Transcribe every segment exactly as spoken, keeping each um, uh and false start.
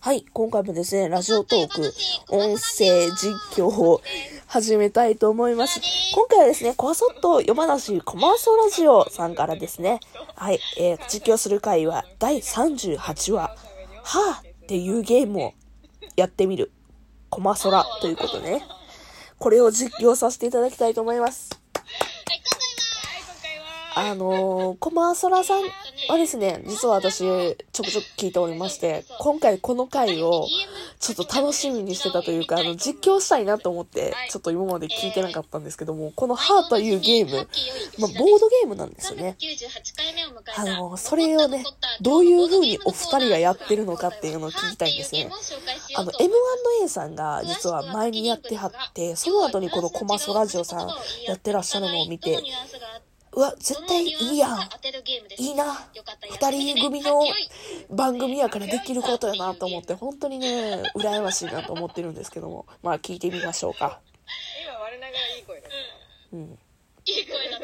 はい、今回もですね、ラジオトーク、音声実況を始めたいと思います。今回はですね、こそっと夜話コマーソラジオさんからですね、はい、えー、実況する回はだいさんじゅうはちわ、はぁっていうゲームをやってみる、コマソラということでね、これを実況させていただきたいと思います。あのー、コマソラさんはですね、実は私ちょくちょく聞いておりまして、今回この回をちょっと楽しみにしてたというか、あの実況したいなと思ってちょっと今まで聞いてなかったんですけども、このハーというゲーム、まあ、ボードゲームなんですよね。あのー、それをね、どういう風にお二人がやってるのかっていうのを聞きたいんですね。あの エムワン の A さんが実は前にやってはって、その後にこのコマソラジオさんやってらっしゃるのを見て、うわ、絶対いいやん。いいな。二人組の番組やからできることやなと思って、本当にね、羨ましいなと思ってるんですけども。まあ、聞いてみましょうか。 今、我ながらいい声だった。 うん。 いい声だった。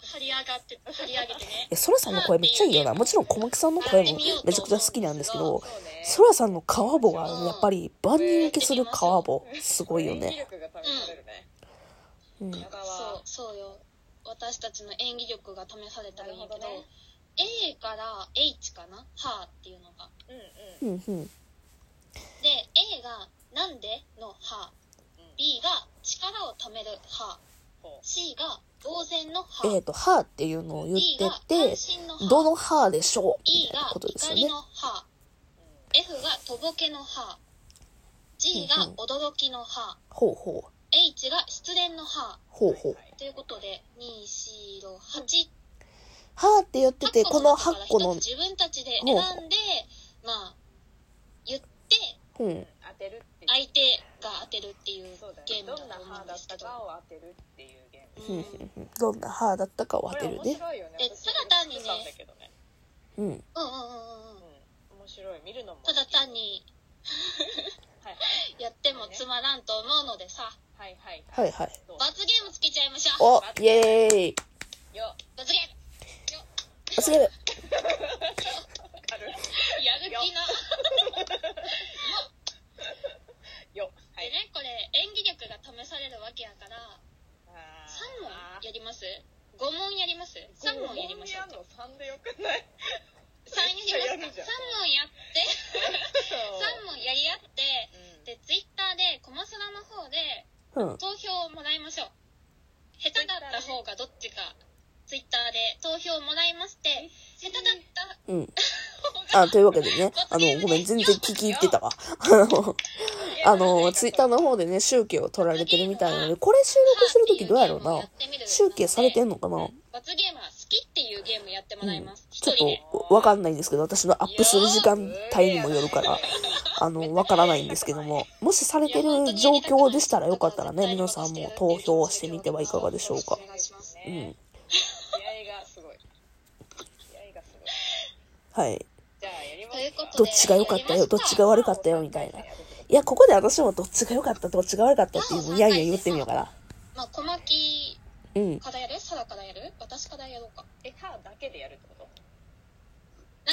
張り上がって、張り上げてね。 え、ソラさんの声めっちゃいいよな。もちろん小牧さんの声もめちゃくちゃ好きなんですけど、ソラさんのカワボがやっぱり万人受けするカワボ、すごいよね。 うん。そう、そうよ。私たちの演技力が試されたらいいんやけど、ね、A から H かな、はっていうのが。 うんうん。で、 A がなんでのは、うん、B が力を貯めるは、C が当然のは。 えっと、はっていうのを言ってて、どのはでしょうみたいなことですよね。 E が怒りのは、F がとぼけのは、G が驚きのは、 ほうほう。 H が失恋のは。 ほうほう。 ということで、に、よん、ろく、はち。 はーって言ってて、このはっこの。 自分たちで選んで、まあ、言って、 うん、 当てるっていう。相手が当てるっていうゲームだと思うんですけど。 どんなはだったかを当てるっていうゲーム。うん、どんなはだったかを当てるね。 で、ただ単にね、 うん。うんうんうんうん。 面白い。見るのも。 ただ単に、やってもつまらんと思うのでさ。 はいはいはいはい。 罰ゲームつけちゃいましょう。 お、イエーイ。 よ、罰ゲーム。 罰ゲーム。 やる気な。よ。はい。でね、これ演技力が試されるわけやから、さん問やります？ご問やります？さん問やりましょうか。 さんでよくない？ さんやりますか？さん問やって、さん問やり合って、で、ツイッターでコマソラの方で、 うん、 投票をもらいましょう。下手だった方がどっちかツイッターで投票をもらいまして、下手だったうんあというわけでね、あのごめん全然聞き入ってたわあのツイッターの方でね集計を取られてるみたいなので、これ収録するときどうやろうな、集計されてんのかな。 罰ゲームは好きっていうゲームやってもらいます、 うん、ちょっとわかんないんですけど、私のアップする時間帯にもよるからあのわからないんですけども、もしされてる状況でしたらよかったらね、皆さんも投票してみてはいかがでしょうか。うん。はい。どっちが良かったよ、どっちが悪かったよみたいな。いや、ここで私もどっちが良かった、どっちが悪かったっていうのをいやいや言ってみようかな。 まあ、小牧からやる？サラからやる？私からやろうか。 え、はだけでやるってこと？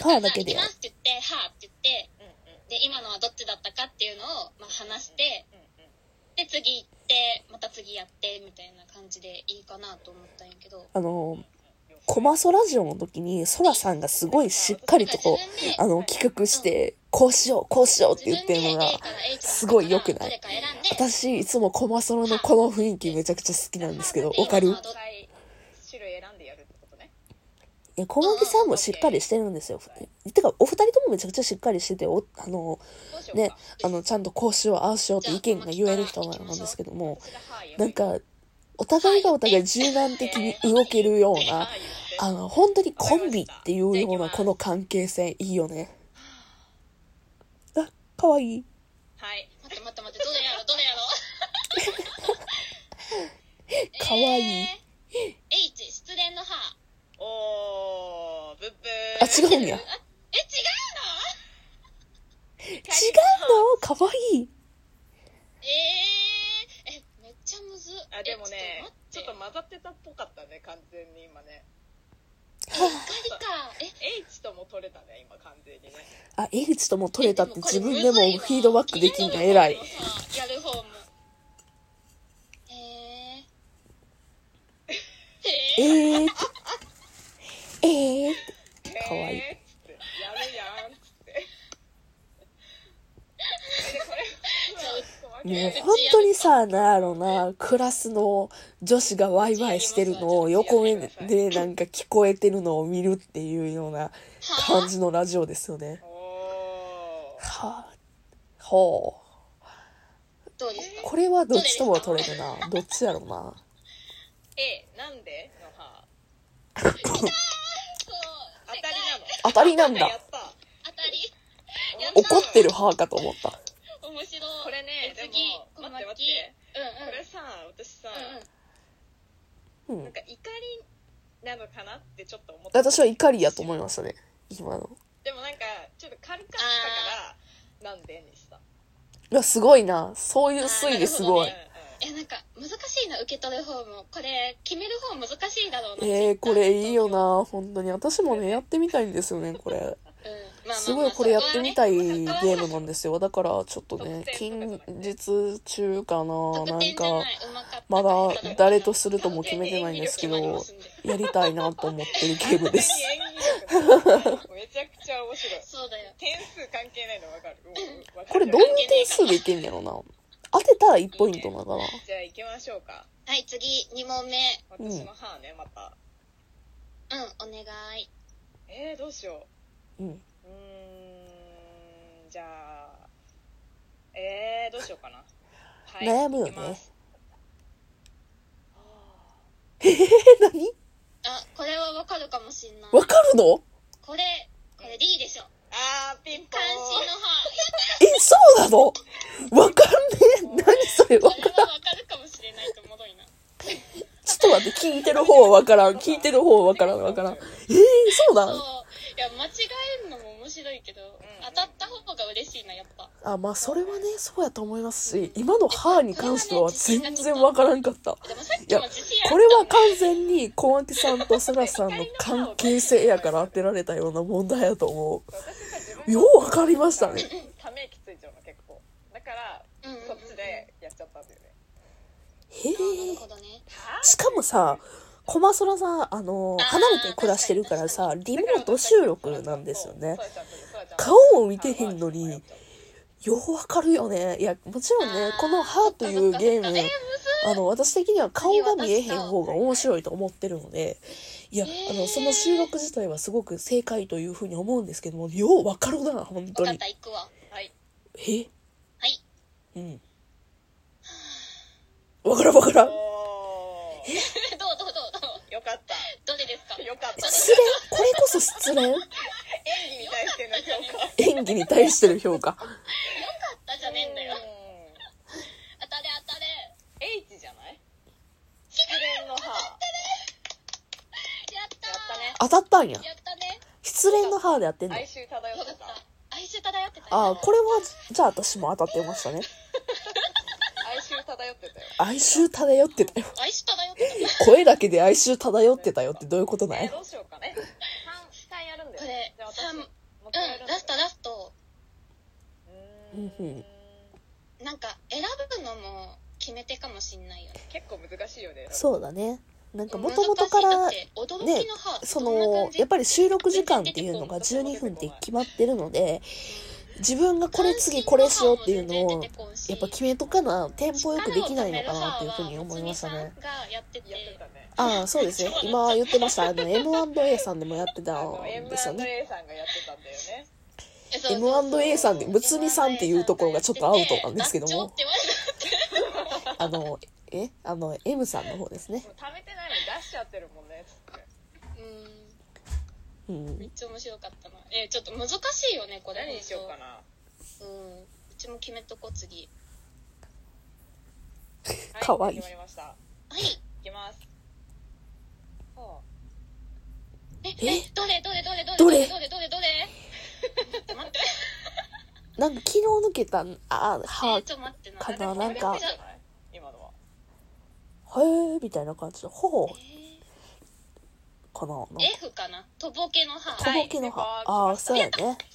なんか、行きますって言って、はって言って、うんうん、で、今のはどっちだったかっていうのを、まあ、話して、うんうんうん、で、次行って、また次やって、みたいな感じでいいかなと思ったんやけど。 あのー、コマソラジオの時に、ソラさんがすごいしっかりとこう、あの、企画して、こうしよう、こうしようって言ってるのが、すごい良くない？私、いつもコマソラのこの雰囲気めちゃくちゃ好きなんですけど、わかる？いや、小牧さんもしっかりしてるんですよ。てか、お二人ともめちゃくちゃしっかりしてて、お、あの、ね、あの、ちゃんとこうしよう、ああしようって意見が言える人なんですけども、なんか、お互いがお互い柔軟的に動けるような、あの、本当にコンビっていうようなこの関係性いいよね。あ、かわいい。 はい。待って待って待って、どれやろ、どれやろ。 かわいい。 えー、H、失恋の歯。 おー、ブッブー。あ、違うんや。 え、違うの？ 違うの？かわいい。 えー、え、めっちゃむず。 あ、でもね、ちょっと混ざってたっぽかったね、完全に今ね。 怒りか。え H とも取れたね今完全にね。 あ、H とも取れたってえ自分でこれむずいわもフィードバックできんの偉い。 やる方もえー、 ええー、 ーって。えーって。かわいい。 へーっつってやるやんっつって。でこれもう本当にさ、なんやろな、クラスの女子がワイワイしてるのを横目でなんか聞こえてるのを見るっていうような感じのラジオですよね。 おーはあ、ほう。 どうですか。 これはどっちとも取れるな。どっちやろな。 A なんでの歯そう当たりなの。 当たりなんだ。 やった当たり怒ってる歯かと思った。 面白い。 これねえ次でも小待って待牧ってうんうんこれさ私さ、 うんうんうんなん。か怒りなのかなってちょっと思った私は怒りやと思いましたね。今の。 でもなんかちょっと軽かったからなんでにした。 いや、すごいな。そういう推理すごい。 えなんか難しいな受け取る方もこれ決める方難しいだろうな。 えー、これいいよな。本当に。私もね、やってみたいんですよね、これ。 うんまあまあまあすごいこれやってみたいゲそこはねームなんですよ。だからちょっとね、近日中かな。なんか、まだ誰とするとも決めてないんですけど、やりたいなと思ってるゲームです。 演技力だめちゃくちゃ面白い。 そうだよ。 点数関係ないの分かる。うん分かるこれどういう点数でいけんやろな。当てたらいちポイントなのかな。 じゃあ行きましょうか。 はい次に問目。 私の歯ねまた。 うんお願い。 えー、どうしようん。 う。うーんじゃあえー、どうしようかな。はい、 悩むよねいきます。 えー、何あこれはわかるかもしんない。 わかるの？ これこれ D でしょ。 あーピンポ関心のーン。 歯。 え、そうなの？わかんねえ。何それわこかれはわかるかもしれないとおもろいな。 ちょっと待って、聞いてる方はわからん。聞いてる方はわからん、わからん。えー、そうなそうん？ いや間違えるのも面白いけど、当たった方が嬉しいなやっぱ。 あ、まあそれはね、そうやと思いますし、今の歯に関しては全然わからんかった。 でもさっいやきも自信あったこれは完全に小牧さんとそらさんの関係性やから当てられたような問題やと思私が自う。 分ようわかりましたね。 ため息ついちゃうの結構。だからうんうんうんそっちでやっちゃったんだよね。 へあーなるえ。 ほどね。 しかもさ、小松空さん、あの、離れて暮らしてるからさ、リモート収録なんですよね。顔も見てへんのに、ようわかるよね。いや、もちろんね、このハーというゲーム、あの、私的には顔が見えへん方が面白いと思ってるので、いや、あの、その収録自体はすごく正解というふうに思うんですけども、ようわかるな、本当に分かっ。た行くわ。 はい。 えはい。 うん。わからんわからん。 おーどうどうどうどうよかった。 どれですか。 よかった。 失恋これこそ失恋演技に対しての評価。 演技に対しての評価。 よかったじゃねえんだよ。当たれ当たれ。 H じゃない？失恋の歯。 やったー。 やったね。 当たったんや。 やったね。 失恋の歯でやってんの。 哀愁漂ってよかったた。。 哀愁漂ってたよ。 ああ、これは、じゃあ私も当たってましたね。 哀愁漂ってたよ。 哀愁漂ってたよ。 哀愁漂ってた。 声だけで哀愁漂ってたよってどういうことなえー、 い？ どうしようかね。三三やるんだよ。 これじゃあ私三もう一回やるんだようんラストラスト。 うーんうんうんなんか選ぶのも決め手かもしんないよね。 結構難しいよね。 そうだね。なんか元々から、ね、その、やっぱり収録時間っていうのがじゅうにふんって決まってるので、自分がこれ次これしようっていうのを、やっぱ決めとかな、テンポよくできないのかなっていうふうに思いましたね。 やってたね。 ああ、そうですね。今言ってました。あの、エムアンドエー さんでもやってたあのんですよね。 エムアンドエー さんがやってたんだよね。 エムアンドエー さんで、むつみさんっていうところがちょっとアウトなんですけども、あの、えあの、M さんの方ですね。 もう貯めてないのに出しちゃってるもんね。つってうんうんめっ。ちゃ面白かったな。えちょっと難しいよねこれ。 何にしようかな。 うんうちも決めとこう次。 かわいい決まりました。 はい。 いきます。はえええどれどれどれどれどれどれどれどれ待って待って。 なんか昨日抜けた、あ、 えは、 ちょっと待ってな。 かあでもななんかこれじゃない今のは。 へーみたいな感じで、ほう。 えかな。 F かな。とぼけの歯。 とぼけの歯。ああ、そうやね。 でも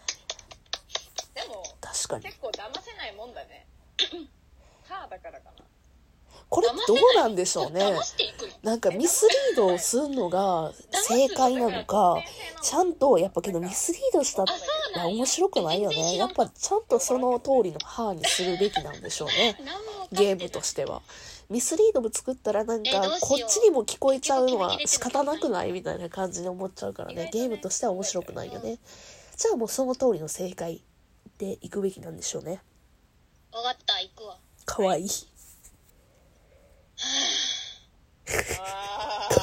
確かに。 結構騙せないもんだね。歯だからかな。 これどうなんでしょうね。 騙していくの。 なんかミスリードをするのが正解なのか、ちゃんと、やっぱけどミスリードしたら面白くないよね。やっぱちゃんとその通りの歯にするべきなんでしょうね。ゲームとしては。ミスリードも作ったらなんか、こっちにも聞こえちゃうのは仕方なくないみたいな感じで思っちゃうからね。ゲームとしては面白くないよね。じゃあもうその通りの正解でいくべきなんでしょうね。 わかった、行くわ。 かわいい。 あ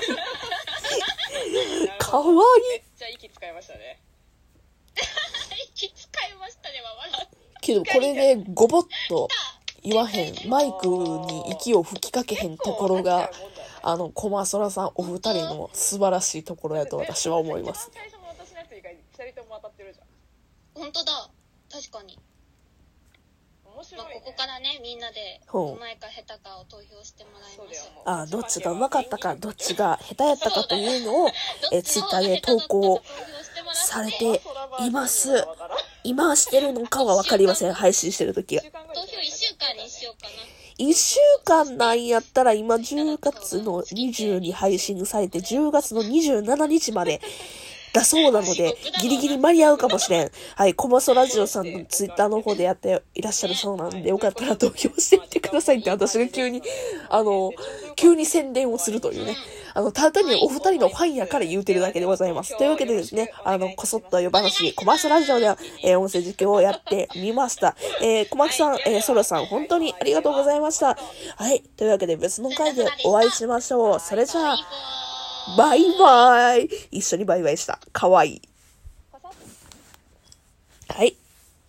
かわいい。 めっちゃ息使いましたね。 息使いましたね、笑って。 けどこれでごぼっと言わへん、マイクに息を吹きかけへんところが、あの、コマソラさんお二人の素晴らしいところやと私は思います。 最初の私のやつ以外にふたりとも当たってるじゃん。 本当だ。確かに。 面白いね。 まあ、ここからね、みんなでほううまいか下手かを投票してもらいましょう。 ああ、どっちがうまかったか、どっちが下手やったかというのを、え、ツイッターで投稿されています。今してるのかはわかりません。配信してる時が。 投票いっしゅうかんにしようかな。 いっしゅうかんなんやったら今じゅうがつのにじゅうに配信されてじゅうがつのにじゅうしちにちまでだそうなので、ギリギリ間に合うかもしれん。はい、コマソラジオさんのツイッターの方でやっていらっしゃるそうなんで、よかったら投票してみてくださいって私が急に、あの、急に宣伝をするというね。あの、ただ単にお二人のファンやから言うてるだけでございます。というわけでですね、あの、こそっと夜話、コマソラジオでは、えー、音声実況をやってみました。えー、小牧さん、えー、ソロさん、本当にありがとうございました。はい、というわけで別の回でお会いしましょう。それじゃあ、バイバイ。一緒にバイバイした。かわいい。